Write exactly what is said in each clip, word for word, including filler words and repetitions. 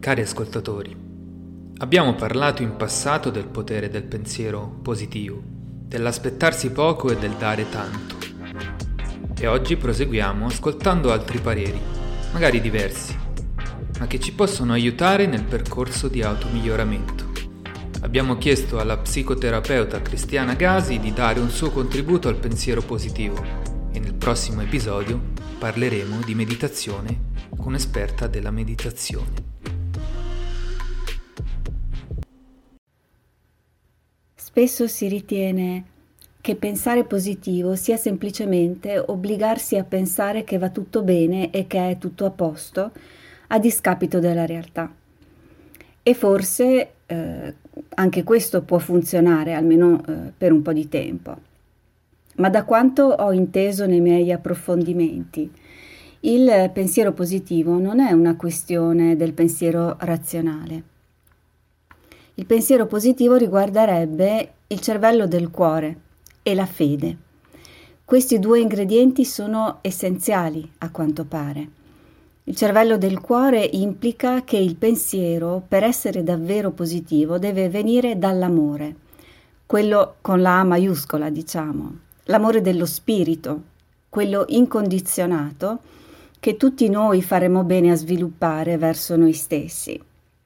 Cari ascoltatori, abbiamo parlato in passato del potere del pensiero positivo, dell'aspettarsi poco e del dare tanto. E oggi proseguiamo ascoltando altri pareri, magari diversi, ma che ci possono aiutare nel percorso di automiglioramento. Abbiamo chiesto alla psicoterapeuta Cristiana Gasi di dare un suo contributo al pensiero positivo e nel prossimo episodio parleremo di meditazione con un'esperta della meditazione. Spesso si ritiene che pensare positivo sia semplicemente obbligarsi a pensare che va tutto bene e che è tutto a posto, a discapito della realtà. E forse eh, anche questo può funzionare, almeno eh, per un po' di tempo. Ma da quanto ho inteso nei miei approfondimenti, il pensiero positivo non è una questione del pensiero razionale. Il pensiero positivo riguarderebbe il cervello del cuore e la fede. Questi due ingredienti sono essenziali, a quanto pare. Il cervello del cuore implica che il pensiero, per essere davvero positivo, deve venire dall'amore, quello con la A maiuscola, diciamo, l'amore dello spirito, quello incondizionato che tutti noi faremo bene a sviluppare verso noi stessi.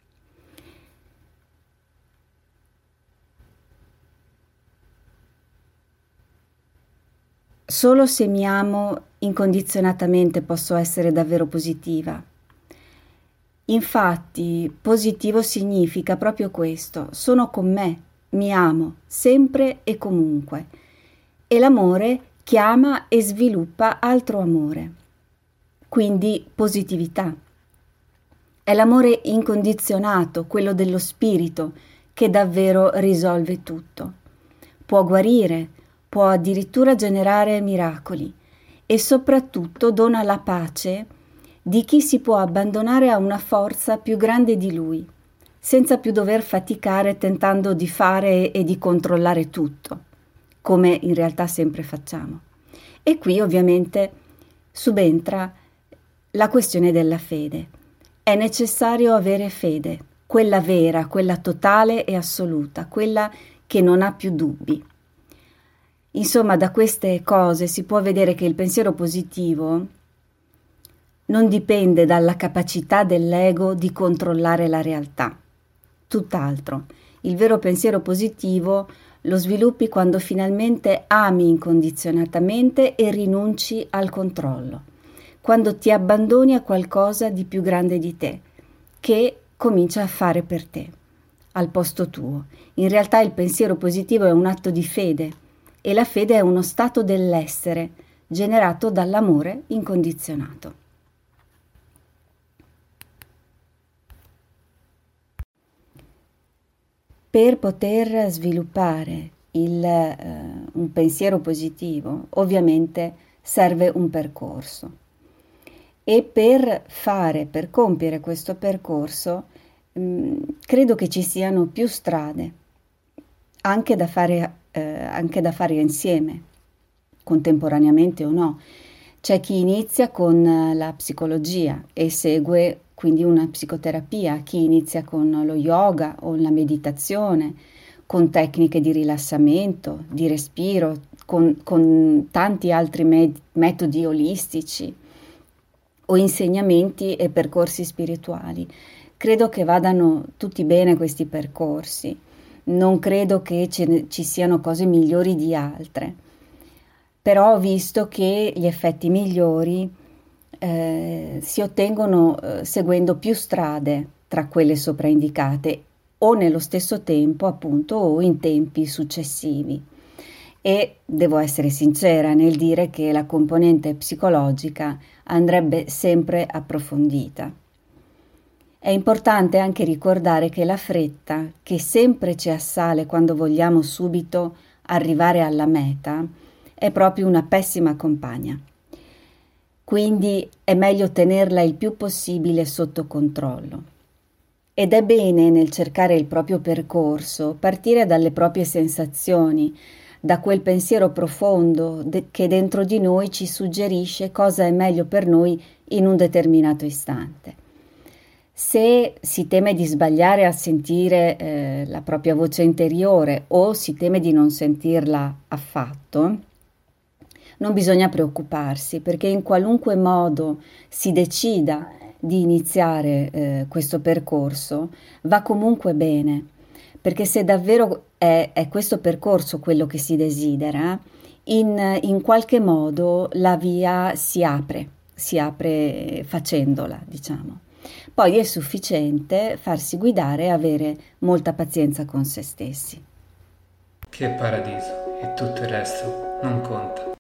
Solo se mi amo incondizionatamente posso essere davvero positiva. Infatti, positivo significa proprio questo: sono con me, mi amo, sempre e comunque. E l'amore chiama e sviluppa altro amore. Quindi positività. È l'amore incondizionato, quello dello spirito, che davvero risolve tutto. Può guarire, può addirittura generare miracoli e soprattutto dona la pace di chi si può abbandonare a una forza più grande di lui, senza più dover faticare tentando di fare e di controllare tutto, come in realtà sempre facciamo. E qui ovviamente subentra la questione della fede. È necessario avere fede, quella vera, quella totale e assoluta, quella che non ha più dubbi. Insomma, da queste cose si può vedere che il pensiero positivo non dipende dalla capacità dell'ego di controllare la realtà. Tutt'altro, il vero pensiero positivo lo sviluppi quando finalmente ami incondizionatamente e rinunci al controllo, quando ti abbandoni a qualcosa di più grande di te, che comincia a fare per te, al posto tuo. In realtà il pensiero positivo è un atto di fede, e la fede è uno stato dell'essere generato dall'amore incondizionato. Per poter sviluppare il, eh, un pensiero positivo, ovviamente serve un percorso. E per fare, per compiere questo percorso, mh, credo che ci siano più strade, anche da fare Eh, anche da fare insieme, contemporaneamente o no. C'è chi inizia con la psicologia e segue quindi una psicoterapia, chi inizia con lo yoga o la meditazione, con tecniche di rilassamento, di respiro, con, con tanti altri med- metodi olistici o insegnamenti e percorsi spirituali. Credo che vadano tutti bene questi percorsi. Non credo che ce ne, ci siano cose migliori di altre, però ho visto che gli effetti migliori eh, si ottengono eh, seguendo più strade tra quelle sopraindicate o nello stesso tempo, appunto, o in tempi successivi. E devo essere sincera nel dire che la componente psicologica andrebbe sempre approfondita. È importante anche ricordare che la fretta, che sempre ci assale quando vogliamo subito arrivare alla meta, è proprio una pessima compagna. Quindi è meglio tenerla il più possibile sotto controllo. Ed è bene, nel cercare il proprio percorso, partire dalle proprie sensazioni, da quel pensiero profondo de- che dentro di noi ci suggerisce cosa è meglio per noi in un determinato istante. Se si teme di sbagliare a sentire eh, la propria voce interiore o si teme di non sentirla affatto, non bisogna preoccuparsi, perché in qualunque modo si decida di iniziare eh, questo percorso, va comunque bene, perché se davvero è, è questo percorso quello che si desidera, in, in qualche modo la via si apre, si apre facendola, diciamo. Poi è sufficiente farsi guidare e avere molta pazienza con se stessi. Che paradiso, e tutto il resto non conta.